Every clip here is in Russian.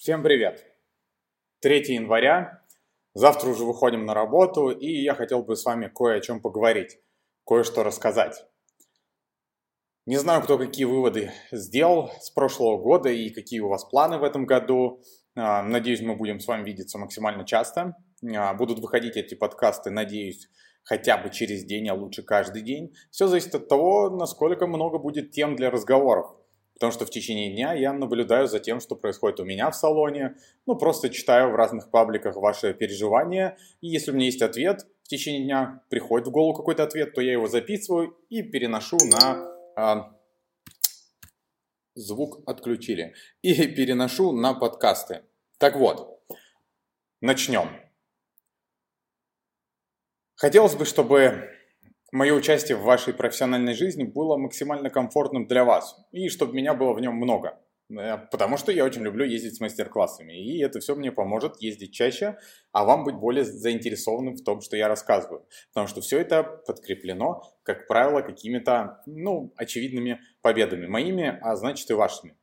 Всем привет! 3 января, завтра уже выходим на работу, и я хотел бы с вами кое о чем поговорить, кое-что рассказать. Не знаю, кто какие выводы сделал с прошлого года и какие у вас планы в этом году. Надеюсь, мы будем с вами видеться максимально часто. Будут выходить эти подкасты, надеюсь, хотя бы через день, а лучше каждый день. Все зависит от того, насколько много будет тем для разговоров. Потому что в течение дня я наблюдаю за тем, что происходит у меня в салоне. Просто читаю в разных пабликах ваши переживания. И если у меня есть ответ в течение дня, приходит в голову какой-то ответ, то я его записываю и переношу на... Звук отключили. И переношу на подкасты. Так вот, начнем. Хотелось бы, чтобы мое участие в вашей профессиональной жизни было максимально комфортным для вас. И чтобы меня было в нем много. Потому что я очень люблю ездить с мастер-классами. И это все мне поможет ездить чаще, а вам быть более заинтересованным в том, что я рассказываю. Потому что все это подкреплено, как правило, какими-то, очевидными победами. Моими, а значит и вашими.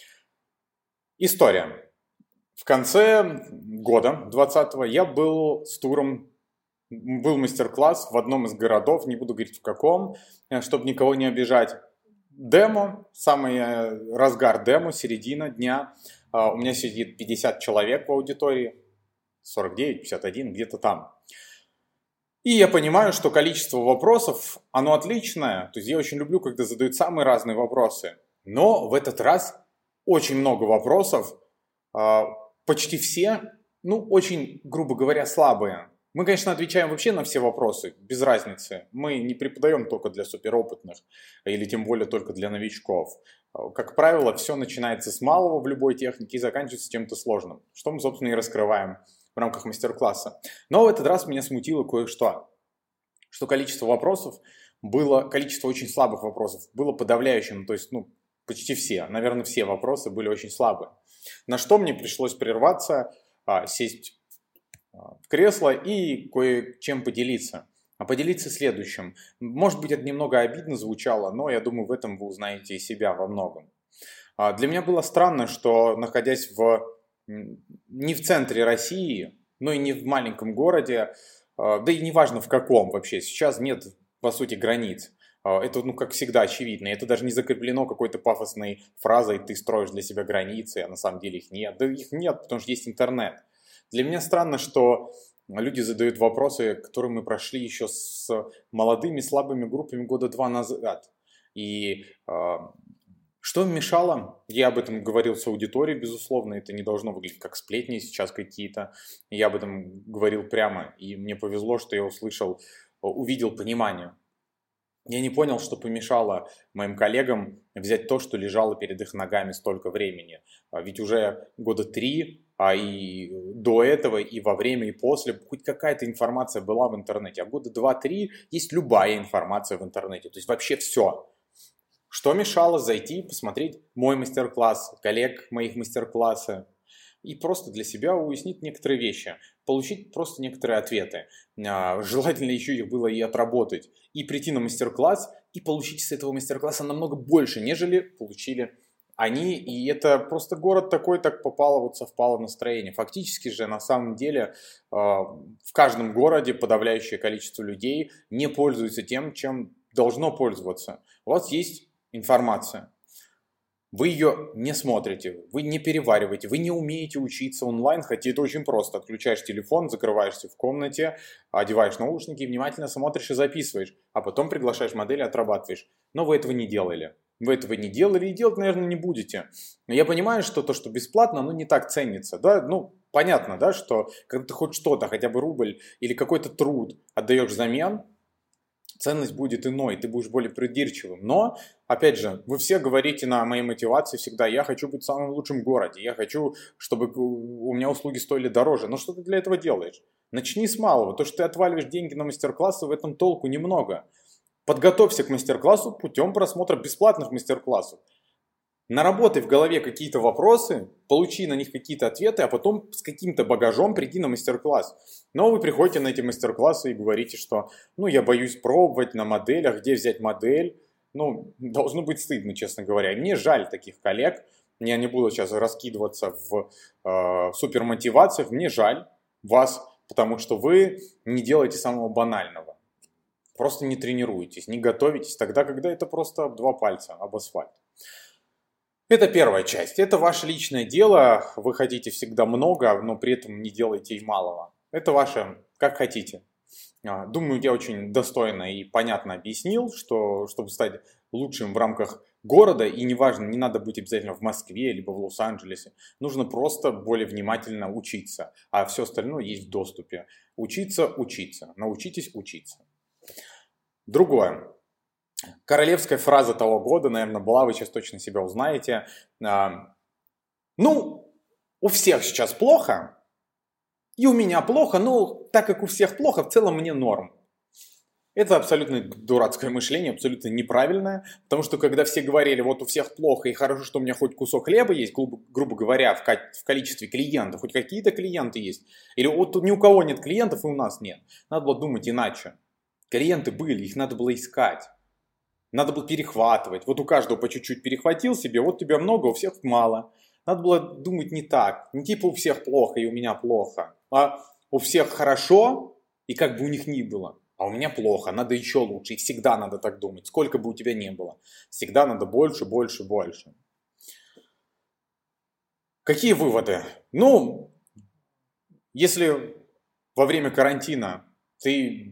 История. В конце года 2020 я был с туром. Был мастер-класс в одном из городов, не буду говорить в каком, чтобы никого не обижать. Демо, самый разгар демо, середина дня. У меня сидит 50 человек в аудитории, 49, 51, где-то там. И я понимаю, что количество вопросов, оно отличное. То есть я очень люблю, когда задают самые разные вопросы. Но в этот раз очень много вопросов, почти все, очень, грубо говоря, слабые. Мы, конечно, отвечаем вообще на все вопросы, без разницы. Мы не преподаем только для суперопытных, или тем более только для новичков. Как правило, все начинается с малого в любой технике и заканчивается чем-то сложным, что мы, собственно, и раскрываем в рамках мастер-класса. Но в этот раз меня смутило кое-что, что количество очень слабых вопросов было подавляющим, то есть, почти все, наверное, все вопросы были очень слабые. На что мне пришлось прерваться, сесть в кресло и кое-чем поделиться. А поделиться следующим. Может быть, это немного обидно звучало, но я думаю, в этом вы узнаете и себя во многом. Для меня было странно, что, находясь не в центре России, но и не в маленьком городе, да и неважно в каком вообще, сейчас нет, по сути, границ. Это, как всегда, очевидно. Это даже не закреплено какой-то пафосной фразой «ты строишь для себя границы», а на самом деле их нет. Да их нет, потому что есть интернет. Для меня странно, что люди задают вопросы, которые мы прошли еще с молодыми, слабыми группами года 2 назад. И что им мешало? Я об этом говорил с аудиторией, безусловно. Это не должно выглядеть как сплетни сейчас какие-то. Я об этом говорил прямо. И мне повезло, что я увидел понимание. Я не понял, что помешало моим коллегам взять то, что лежало перед их ногами столько времени. Ведь уже года 3, а и до этого, и во время, и после, хоть какая-то информация была в интернете. А года 2-3 есть любая информация в интернете. То есть вообще все. Что мешало зайти и посмотреть мой мастер-класс, коллег моих мастер-класса, и просто для себя уяснить некоторые вещи, получить просто некоторые ответы. Желательно еще их было и отработать, и прийти на мастер-класс, и получить с этого мастер-класса намного больше, нежели получили они. И это просто город такой, так совпало настроение. Фактически же, на самом деле, в каждом городе подавляющее количество людей не пользуется тем, чем должно пользоваться. У вас есть информация. Вы ее не смотрите, вы не перевариваете, вы не умеете учиться онлайн, хотя это очень просто. Отключаешь телефон, закрываешься в комнате, одеваешь наушники, внимательно смотришь и записываешь, а потом приглашаешь модель и отрабатываешь. Но вы этого не делали. Вы этого не делали и делать, наверное, не будете. Но я понимаю, что то, что бесплатно, оно не так ценится. Да? Понятно, да, что когда ты хоть что-то, хотя бы рубль или какой-то труд отдаешь взамен, ценность будет иной, ты будешь более придирчивым. Но, опять же, вы все говорите на моей мотивации всегда: я хочу быть в самом лучшем городе, я хочу, чтобы у меня услуги стоили дороже. Но что ты для этого делаешь? Начни с малого. То, что ты отваливаешь деньги на мастер-классы, в этом толку немного. Подготовься к мастер-классу путем просмотра бесплатных мастер-классов. Наработай в голове какие-то вопросы, получи на них какие-то ответы, а потом с каким-то багажом приди на мастер-класс. Но вы приходите на эти мастер-классы и говорите, что я боюсь пробовать на моделях, где взять модель. Должно быть стыдно, честно говоря. И мне жаль таких коллег, Я не буду сейчас раскидываться в супермотивациях. Мне жаль вас, потому что вы не делаете самого банального. Просто не тренируетесь, не готовитесь тогда, когда это просто об два пальца, об асфальт. Это первая часть. Это ваше личное дело. Вы хотите всегда много, но при этом не делаете и малого. Это ваше, как хотите. Думаю, я очень достойно и понятно объяснил, что чтобы стать лучшим в рамках города, и неважно, не надо быть обязательно в Москве, либо в Лос-Анджелесе, нужно просто более внимательно учиться, а все остальное есть в доступе. Учиться, научитесь учиться. Другое. Королевская фраза того года, наверное, была, вы сейчас точно себя узнаете. Ну, у всех сейчас плохо, и у меня плохо, но так как у всех плохо, в целом мне норм. Это абсолютно дурацкое мышление, абсолютно неправильное, потому что когда все говорили, вот у всех плохо, и хорошо, что у меня хоть кусок хлеба есть, грубо говоря, в количестве клиентов, хоть какие-то клиенты есть, или вот ни у кого нет клиентов, и у нас нет. Надо было думать иначе. Клиенты были, их надо было искать. Надо было перехватывать. Вот у каждого по чуть-чуть перехватил себе, вот тебя много, у всех мало. Надо было думать не так. Не типа у всех плохо и у меня плохо. А у всех хорошо и как бы у них ни было. А у меня плохо, надо еще лучше. И всегда надо так думать. Сколько бы у тебя ни было. Всегда надо больше, больше, больше. Какие выводы? Ну, если во время карантина ты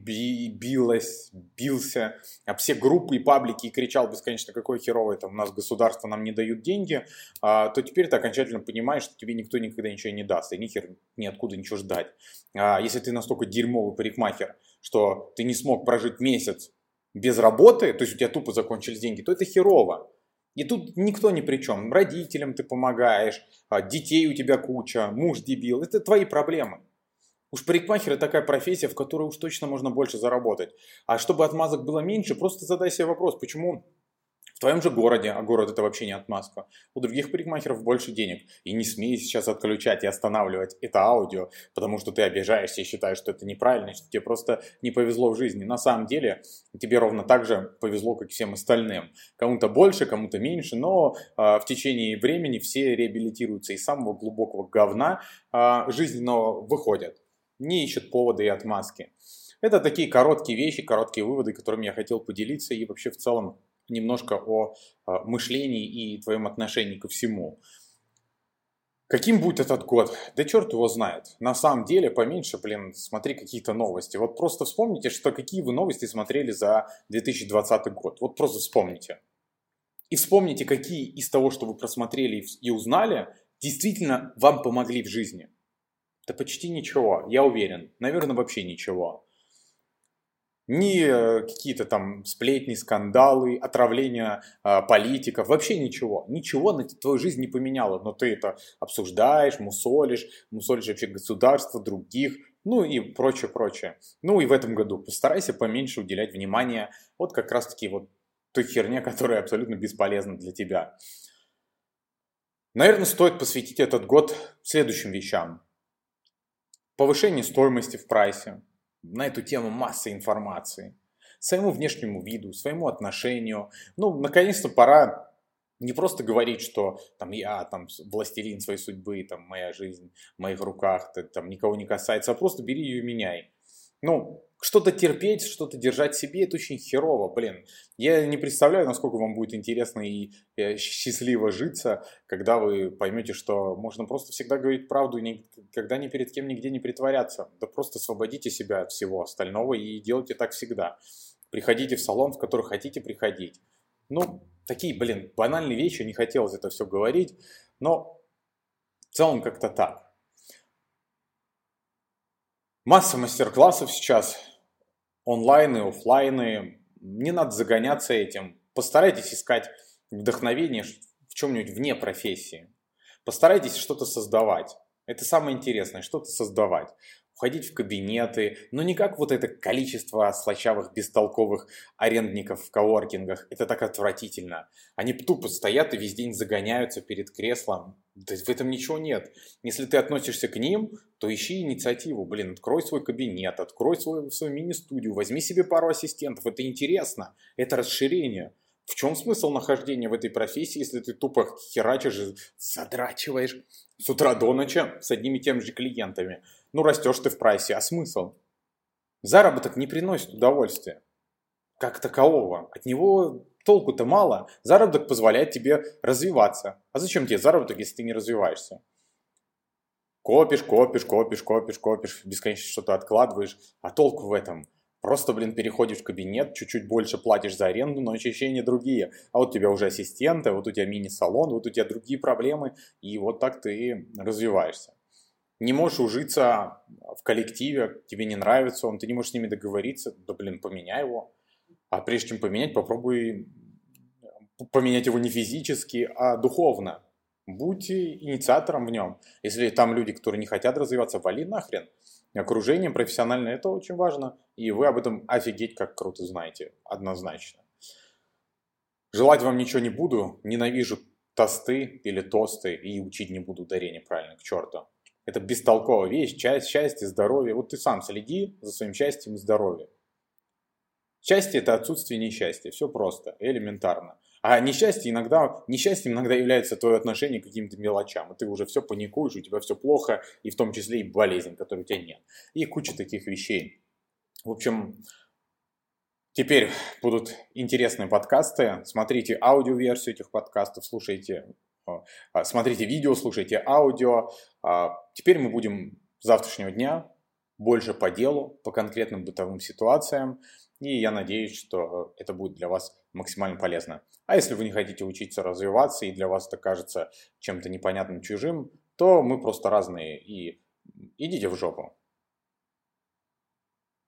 бился об все группы и паблики и кричал бесконечно, какое херовое там у нас государство, нам не дают деньги, то теперь ты окончательно понимаешь, что тебе никто никогда ничего не даст, и нихер ниоткуда ничего ждать. Если ты настолько дерьмовый парикмахер, что ты не смог прожить месяц без работы, то есть у тебя тупо закончились деньги, то это херово. И тут никто ни при чем. Родителям ты помогаешь, детей у тебя куча, муж дебил. Это твои проблемы. Уж парикмахер — это такая профессия, в которой уж точно можно больше заработать. А чтобы отмазок было меньше, просто задай себе вопрос, почему в твоем же городе, а город — это вообще не отмазка, у других парикмахеров больше денег. И не смей сейчас отключать и останавливать это аудио, потому что ты обижаешься и считаешь, что это неправильно, что тебе просто не повезло в жизни. На самом деле тебе ровно так же повезло, как и всем остальным. Кому-то больше, кому-то меньше, но в течение времени все реабилитируются из самого глубокого говна жизненного выходят. Не ищут поводы и отмазки. Это такие короткие вещи, короткие выводы, которыми я хотел поделиться, и вообще в целом немножко о мышлении и твоем отношении ко всему. Каким будет этот год? Да черт его знает. На самом деле, поменьше, смотри какие-то новости. Вот просто вспомните, что какие вы новости смотрели за 2020 год. Вот просто вспомните. И вспомните, какие из того, что вы просмотрели и узнали, действительно вам помогли в жизни. Да почти ничего, я уверен. Наверное, вообще ничего. Ни какие-то там сплетни, скандалы, отравления политиков, вообще ничего. Ничего на твою жизнь не поменяло, но ты это обсуждаешь, мусолишь вообще государство, других, ну и прочее. Ну и в этом году постарайся поменьше уделять внимание вот как раз-таки вот той херне, которая абсолютно бесполезна для тебя. Наверное, стоит посвятить этот год следующим вещам. Повышение стоимости в прайсе. На эту тему масса информации. Своему внешнему виду, своему отношению. Ну, наконец-то пора не просто говорить, что там я там властелин своей судьбы, там моя жизнь в моих руках, там никого не касается, а просто бери ее и меняй. Ну, что-то терпеть, что-то держать в себе, это очень херово, блин. Я не представляю, насколько вам будет интересно и счастливо житься, когда вы поймете, что можно просто всегда говорить правду и никогда ни перед кем нигде не притворяться. Да просто освободите себя от всего остального и делайте так всегда. Приходите в салон, в который хотите приходить. Ну, такие, банальные вещи, не хотелось это все говорить, но в целом как-то так. Масса мастер-классов сейчас, онлайн и офлайны. Не надо загоняться этим. Постарайтесь искать вдохновение в чем-нибудь вне профессии. Постарайтесь что-то создавать. Это самое интересное, что-то создавать. Уходить в кабинеты, но не как вот это количество слащавых, бестолковых арендников в коворкингах. Это так отвратительно. Они тупо стоят и весь день загоняются перед креслом. Да в этом ничего нет. Если ты относишься к ним, то ищи инициативу. Открой свой кабинет, открой свою мини-студию, возьми себе пару ассистентов. Это интересно, это расширение. В чем смысл нахождения в этой профессии, если ты тупо херачишь и задрачиваешь с утра до ночи с одними и теми же клиентами? Ну, растешь ты в прайсе, а смысл? Заработок не приносит удовольствия как такового. От него толку-то мало. Заработок позволяет тебе развиваться. А зачем тебе заработок, если ты не развиваешься? Копишь, копишь, копишь, копишь, копишь, бесконечно что-то откладываешь. А толку в этом? Просто, переходишь в кабинет, чуть-чуть больше платишь за аренду, но ощущения другие. А вот у тебя уже ассистенты, вот у тебя мини-салон, вот у тебя другие проблемы. И вот так ты развиваешься. Не можешь ужиться в коллективе, тебе не нравится он, ты не можешь с ними договориться, да поменяй его. А прежде чем поменять, попробуй поменять его не физически, а духовно. Будь инициатором в нем. Если там люди, которые не хотят развиваться, вали нахрен. Окружение профессиональное – это очень важно. И вы об этом офигеть как круто знаете. Однозначно. Желать вам ничего не буду. Ненавижу тосты или тосты. И учить не буду ударение правильно, к черту. Это бестолковая вещь. Счастье, здоровье. Вот ты сам следи за своим счастьем и здоровьем. Счастье – это отсутствие несчастья. Все просто, элементарно. А несчастьем иногда является твое отношение к каким-то мелочам. И ты уже все паникуешь, у тебя все плохо, и в том числе и болезнь, которой у тебя нет. И куча таких вещей. В общем, теперь будут интересные подкасты. Смотрите аудиоверсию этих подкастов, смотрите видео, слушайте аудио. Теперь мы будем с завтрашнего дня больше по делу, по конкретным бытовым ситуациям. И я надеюсь, что это будет для вас максимально полезно. А если вы не хотите учиться развиваться и для вас это кажется чем-то непонятным, чужим, то мы просто разные и идите в жопу.